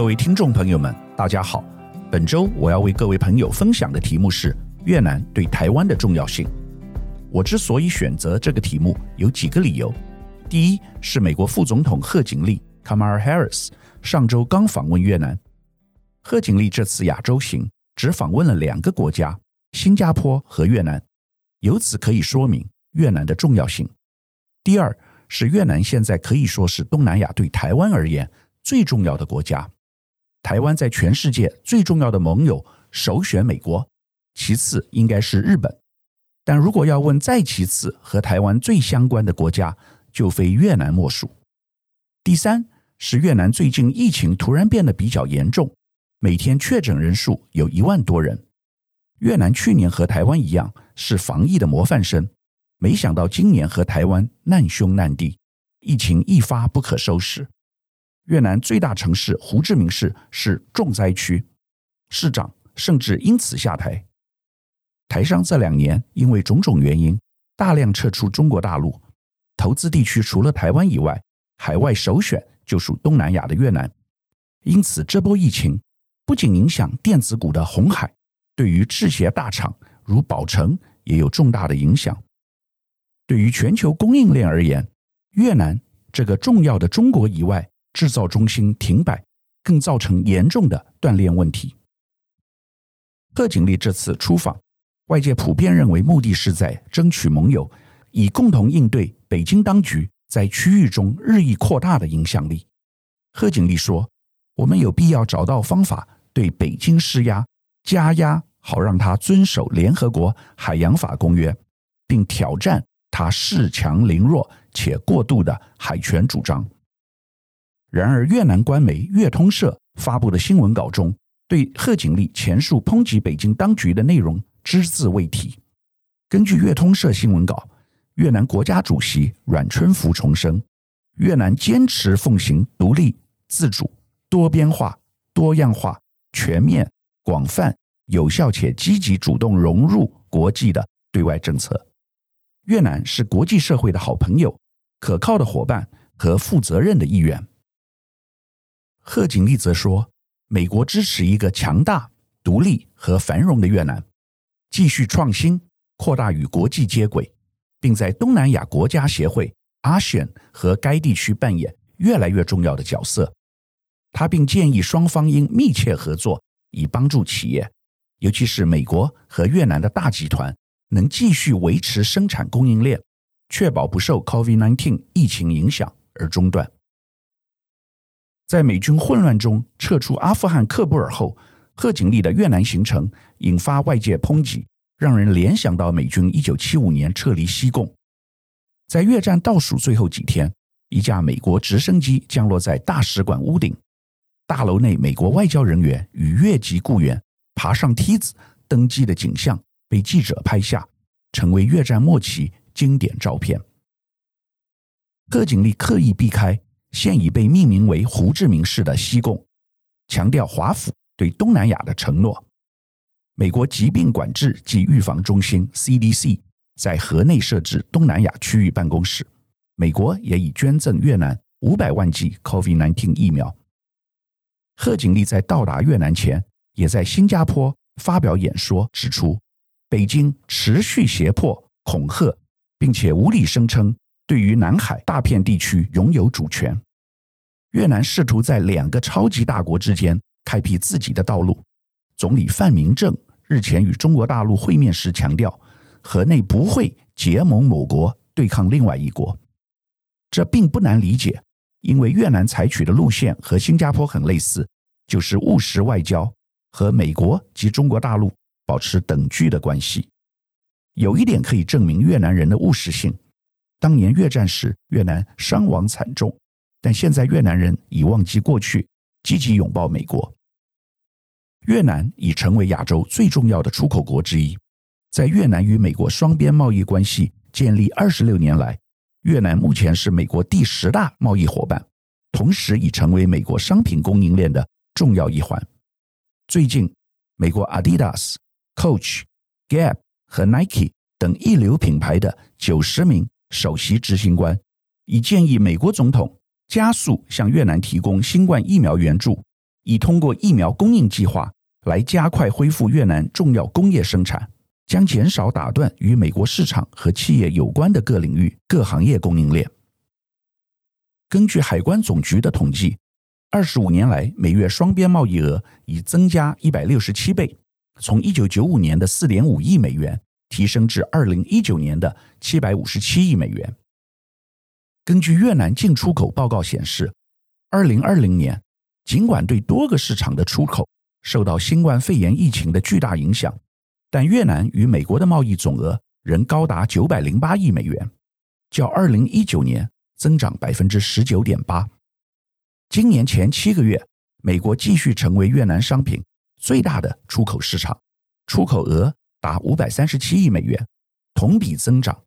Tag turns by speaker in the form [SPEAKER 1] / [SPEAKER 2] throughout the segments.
[SPEAKER 1] 各位听众朋友们，大家好。本周我要为各位朋友分享的题目是越南对台湾的重要性。我之所以选择这个题目有几个理由。第一是美国副总统贺锦丽 Kamala Harris 上周刚访问越南。贺锦丽这次亚洲行只访问了2个国家，新加坡和越南，由此可以说明越南的重要性。第二是越南现在可以说是东南亚对台湾而言最重要的国家。台湾在全世界最重要的盟友首选美国，其次应该是日本。但如果要问再其次和台湾最相关的国家，就非越南莫属。第三是越南最近疫情突然变得比较严重，每天确诊人数有1万多人。越南去年和台湾一样是防疫的模范生，没想到今年和台湾难兄难弟，疫情一发不可收拾。越南最大城市胡志明市是重灾区，市长甚至因此下台。台商这2年因为种种原因大量撤出中国大陆，投资地区除了台湾以外，海外首选就属东南亚的越南。因此这波疫情不仅影响电子股的鸿海，对于制鞋大厂如宝成也有重大的影响。对于全球供应链而言，越南这个重要的中国以外制造中心停摆，更造成严重的断链问题。贺锦丽这次出访，外界普遍认为目的是在争取盟友，以共同应对北京当局在区域中日益扩大的影响力。贺锦丽说，我们有必要找到方法对北京施压，加压，好让他遵守联合国海洋法公约，并挑战他恃强凌弱且过度的海权主张。然而越南官媒越通社发布的新闻稿中，对贺锦丽前述抨击北京当局的内容只字未提。根据越通社新闻稿，越南国家主席阮春福重申，越南坚持奉行独立、自主、多边化、多样化、全面、广泛、有效且积极主动融入国际的对外政策。越南是国际社会的好朋友、可靠的伙伴和负责任的一员。贺锦丽则说，美国支持一个强大、独立和繁荣的越南，继续创新，扩大与国际接轨，并在东南亚国家协会 ASEAN 和该地区扮演越来越重要的角色。他并建议双方应密切合作，以帮助企业，尤其是美国和越南的大集团，能继续维持生产供应链，确保不受 COVID-19 疫情影响而中断。在美军混乱中撤出阿富汗喀布尔后，贺锦丽的越南行程引发外界抨击，让人联想到美军1975年撤离西贡。在越战倒数最后几天，一架美国直升机降落在大使馆屋顶，大楼内美国外交人员与越籍雇员爬上梯子登机的景象被记者拍下，成为越战末期经典照片。贺锦丽刻意避开现已被命名为胡志明市的西贡，强调华府对东南亚的承诺。美国疾病管制及预防中心 CDC 在河内设置东南亚区域办公室，美国也已捐赠越南500万剂 COVID-19 疫苗。贺锦丽在到达越南前，也在新加坡发表演说，指出北京持续胁迫、恐吓，并且无理声称对于南海大片地区拥有主权。越南试图在2个超级大国之间开辟自己的道路。总理范明政日前与中国大陆会面时强调，河内不会结盟某国对抗另外一国。这并不难理解，因为越南采取的路线和新加坡很类似，就是务实外交，和美国及中国大陆保持等距的关系。有一点可以证明越南人的务实性，当年越战时越南伤亡惨重，但现在越南人已忘记过去，积极拥抱美国。越南已成为亚洲最重要的出口国之一，在越南与美国双边贸易关系建立26年来，越南目前是美国第10大贸易伙伴，同时已成为美国商品供应链的重要一环。最近，美国 Adidas、Coach、Gap 和 Nike 等一流品牌的90名首席执行官已建议美国总统加速向越南提供新冠疫苗援助， 以通过疫苗供应计划来加快恢复越南重要工业生产，将减少打断与美国市场和企业有关的各领域、各行业供应链。根据海关总局的统计，25年来美越双边贸易额已增加167倍，从1995年的 4.5 亿美元提升至2019年的757亿美元。根据越南进出口报告显示，2020年尽管对多个市场的出口受到新冠肺炎疫情的巨大影响，但越南与美国的贸易总额仍高达908亿美元，较2019年增长 19.8%。 今年前7个月，美国继续成为越南商品最大的出口市场，出口额达537亿美元，同比增长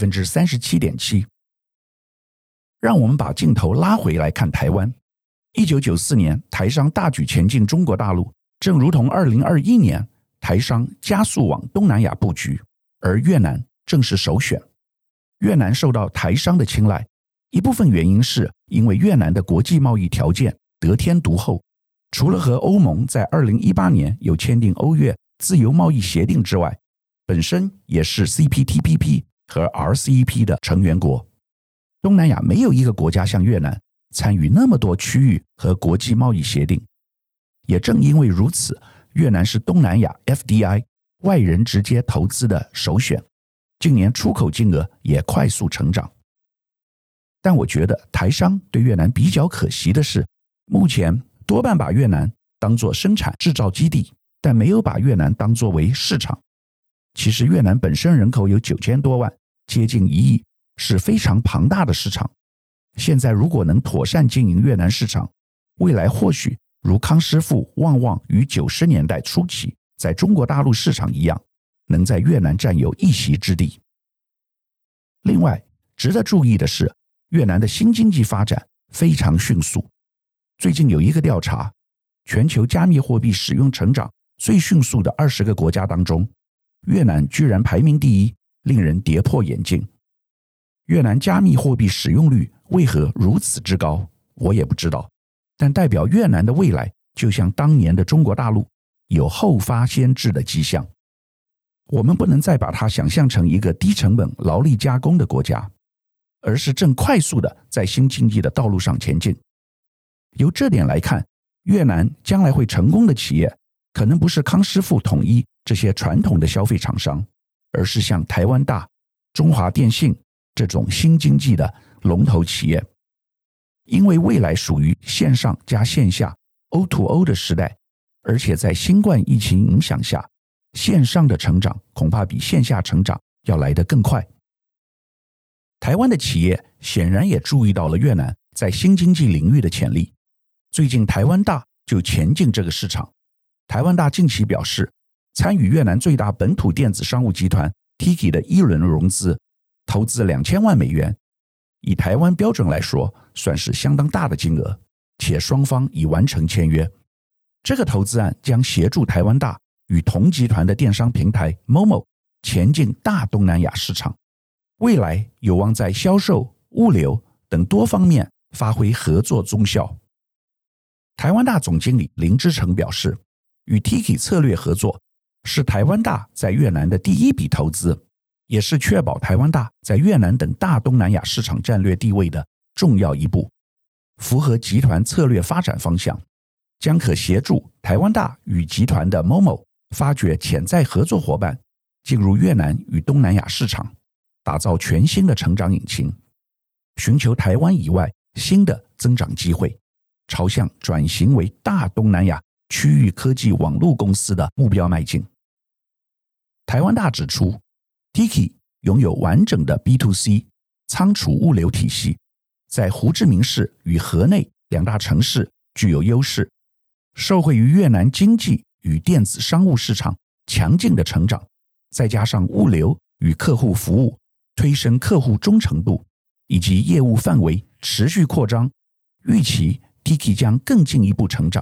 [SPEAKER 1] 37.7%。 让我们把镜头拉回来看台湾。1994年台商大举前进中国大陆，正如同2021年台商加速往东南亚布局，而越南正是首选。越南受到台商的青睐，一部分原因是因为越南的国际贸易条件得天独厚，除了和欧盟在2018年有签订欧越自由贸易协定之外，本身也是 CPTPP 和 RCEP 的成员国。东南亚没有一个国家像越南参与那么多区域和国际贸易协定。也正因为如此，越南是东南亚 FDI 外人直接投资的首选，近年出口金额也快速成长。但我觉得台商对越南比较可惜的是，目前多半把越南当作生产制造基地，但没有把越南当作为市场。其实越南本身人口有9000多万，接近1亿，是非常庞大的市场。现在如果能妥善经营越南市场，未来或许如康师傅、旺旺于90年代初期在中国大陆市场一样，能在越南占有一席之地。另外值得注意的是，越南的新经济发展非常迅速。最近有一个调查，全球加密货币使用成长最迅速的20个国家当中，越南居然排名第一，令人跌破眼镜。越南加密货币使用率为何如此之高，我也不知道，但代表越南的未来就像当年的中国大陆，有后发先至的迹象。我们不能再把它想象成一个低成本劳力加工的国家，而是正快速的在新经济的道路上前进。由这点来看，越南将来会成功的企业，可能不是康师傅、统一这些传统的消费厂商，而是像台湾大、中华电信这种新经济的龙头企业。因为未来属于线上加线下 O2O 的时代，而且在新冠疫情影响下，线上的成长恐怕比线下成长要来得更快。台湾的企业显然也注意到了越南在新经济领域的潜力，最近台湾大就前进这个市场。台湾大近期表示，参与越南最大本土电子商务集团 Tiki 的1轮融资，投资2000万美元，以台湾标准来说算是相当大的金额，且双方已完成签约。这个投资案将协助台湾大与同集团的电商平台 Momo 前进大东南亚市场，未来有望在销售、物流等多方面发挥合作综效。台湾大总经理林之诚表示，与 Tiki 策略合作是台湾大在越南的第一笔投资，也是确保台湾大在越南等大东南亚市场战略地位的重要一步，符合集团策略发展方向，将可协助台湾大与集团的 Momo 发掘潜在合作伙伴，进入越南与东南亚市场，打造全新的成长引擎，寻求台湾以外新的增长机会，朝向转型为大东南亚区域科技网络公司的目标迈进。台湾大指出， Tiki 拥有完整的 B2C 仓储物流体系，在胡志明市与河内2大城市具有优势，受惠于越南经济与电子商务市场强劲的成长，再加上物流与客户服务推升客户忠诚度，以及业务范围持续扩张，预期 Tiki 将更进一步成长。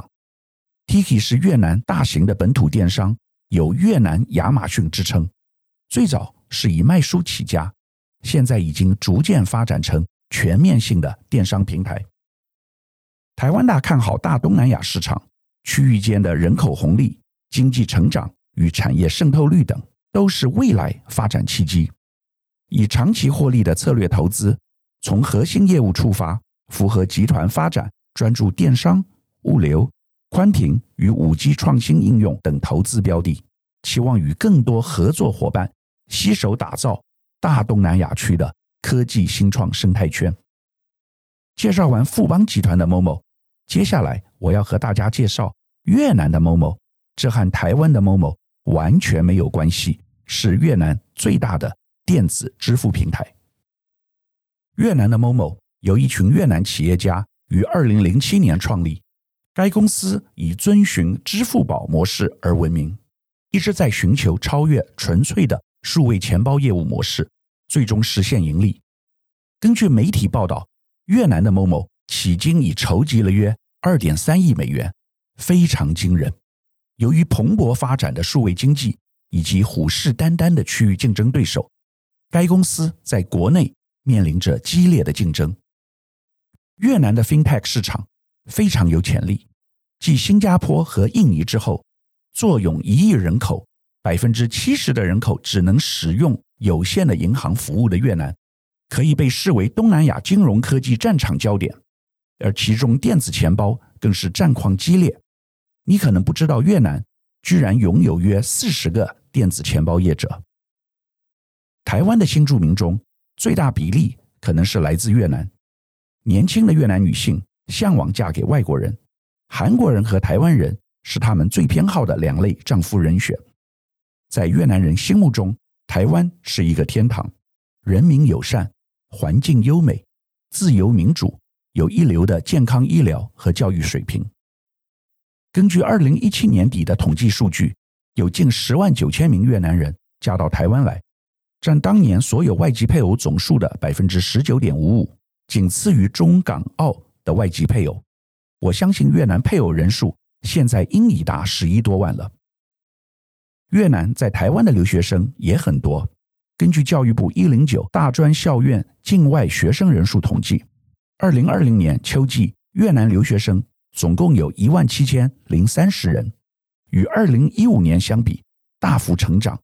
[SPEAKER 1] Tiki 是越南大型的本土电商，有越南亚马逊之称，最早是以卖书起家，现在已经逐渐发展成全面性的电商平台。台湾大看好大东南亚市场， 区域间的人口红利、经济成长与产业渗透率等，都是未来发展契机。以长期获利的策略投资，从核心业务出发，符合集团发展专注电商、物流、宽频与 5G 创新应用等投资标的，期望与更多合作伙伴携手打造大东南亚区的科技新创生态圈。介绍完富邦集团的 Momo， 接下来我要和大家介绍越南的 Momo， 这和台湾的 Momo 完全没有关系，是越南最大的电子支付平台。越南的 Momo 由一群越南企业家于2007年创立，该公司以遵循支付宝模式而闻名，一直在寻求超越纯粹的数位钱包业务模式，最终实现盈利。根据媒体报道，越南的 Momo 迄今已筹集了约 2.3 亿美元，非常惊人。由于蓬勃发展的数位经济以及虎视眈眈的区域竞争对手，该公司在国内面临着激烈的竞争。越南的 FinTech 市场非常有潜力，继新加坡和印尼之后，坐拥1亿人口，70%的人口只能使用有限的银行服务的越南，可以被视为东南亚金融科技战场焦点，而其中电子钱包更是战况激烈。你可能不知道，越南居然拥有约40个电子钱包业者。台湾的新住民中，最大比例可能是来自越南。年轻的越南女性向往嫁给外国人，韩国人和台湾人是他们最偏好的2类丈夫人选。在越南人心目中，台湾是一个天堂，人民友善，环境优美，自由民主，有一流的健康医疗和教育水平。根据2017年底的统计数据，有近10万9千名越南人嫁到台湾来，占当年所有外籍配偶总数的 19.55%， 仅次于中港澳的外籍配偶。我相信越南配偶人数现在应已达11多万了。越南在台湾的留学生也很多。根据教育部109大专校院境外学生人数统计，2020年秋季越南留学生总共有17030人，与2015年相比大幅成长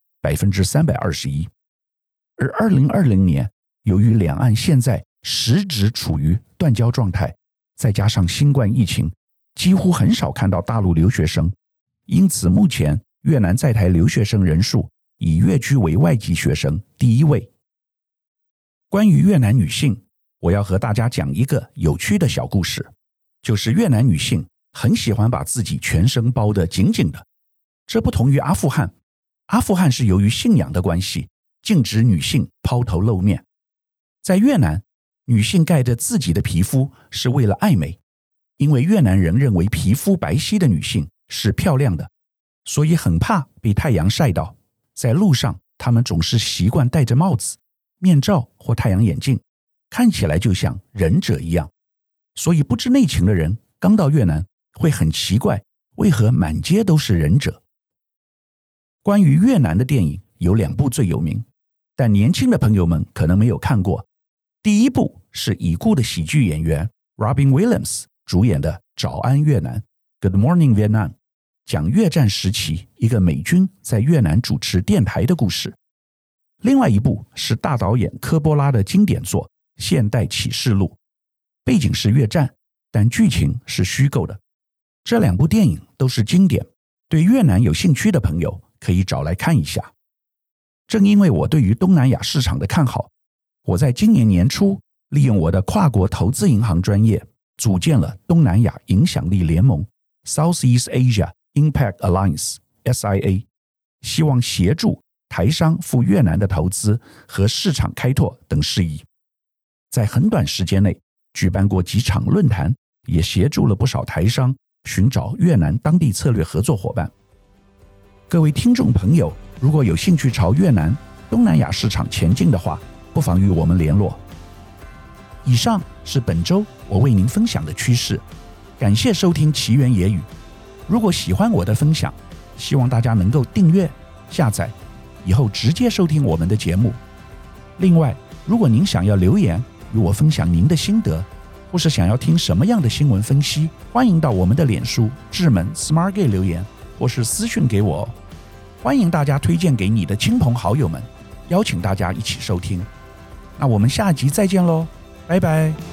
[SPEAKER 1] 321%。而2020年，由于两岸现在实质处于断交状态，再加上新冠疫情，几乎很少看到大陆留学生，因此目前越南在台留学生人数以越居为外籍学生第1位。关于越南女性，我要和大家讲一个有趣的小故事，就是越南女性很喜欢把自己全身包得紧紧的，这不同于阿富汗。阿富汗是由于信仰的关系，禁止女性抛头露面。在越南，女性盖着自己的皮肤是为了爱美，因为越南人认为皮肤白皙的女性是漂亮的，所以很怕被太阳晒到。在路上，他们总是习惯戴着帽子、面罩或太阳眼镜，看起来就像忍者一样。所以不知内情的人刚到越南会很奇怪，为何满街都是忍者。关于越南的电影有2部最有名，但年轻的朋友们可能没有看过。第一部是已故的喜剧演员 Robin Williams 主演的《早安越南》 Good Morning Vietnam， 讲越战时期一个美军在越南主持电台的故事。另外一部是大导演科波拉的经典作《现代启示录》，背景是越战，但剧情是虚构的。这2部电影都是经典，对越南有兴趣的朋友可以找来看一下。正因为我对于东南亚市场的看好，我在今年年初利用我的跨国投资银行专业，组建了东南亚影响力联盟 Southeast Asia Impact Alliance SIA， 希望协助台商赴越南的投资和市场开拓等事宜。在很短时间内举办过几场论坛，也协助了不少台商寻找越南当地策略合作伙伴。各位听众朋友，如果有兴趣朝越南、东南亚市场前进的话，不妨与我们联络。以上是本周我为您分享的趋势，感谢收听奇缘野语。如果喜欢我的分享，希望大家能够订阅、下载，以后直接收听我们的节目。另外，如果您想要留言与我分享您的心得， 或是想要听什么样的新闻分析，欢迎到我们的脸书智门 Smart Gay 留言，或是私讯给我哦。欢迎大家推荐给你的亲朋好友们，邀请大家一起收听。那我们下集再见喽，拜拜。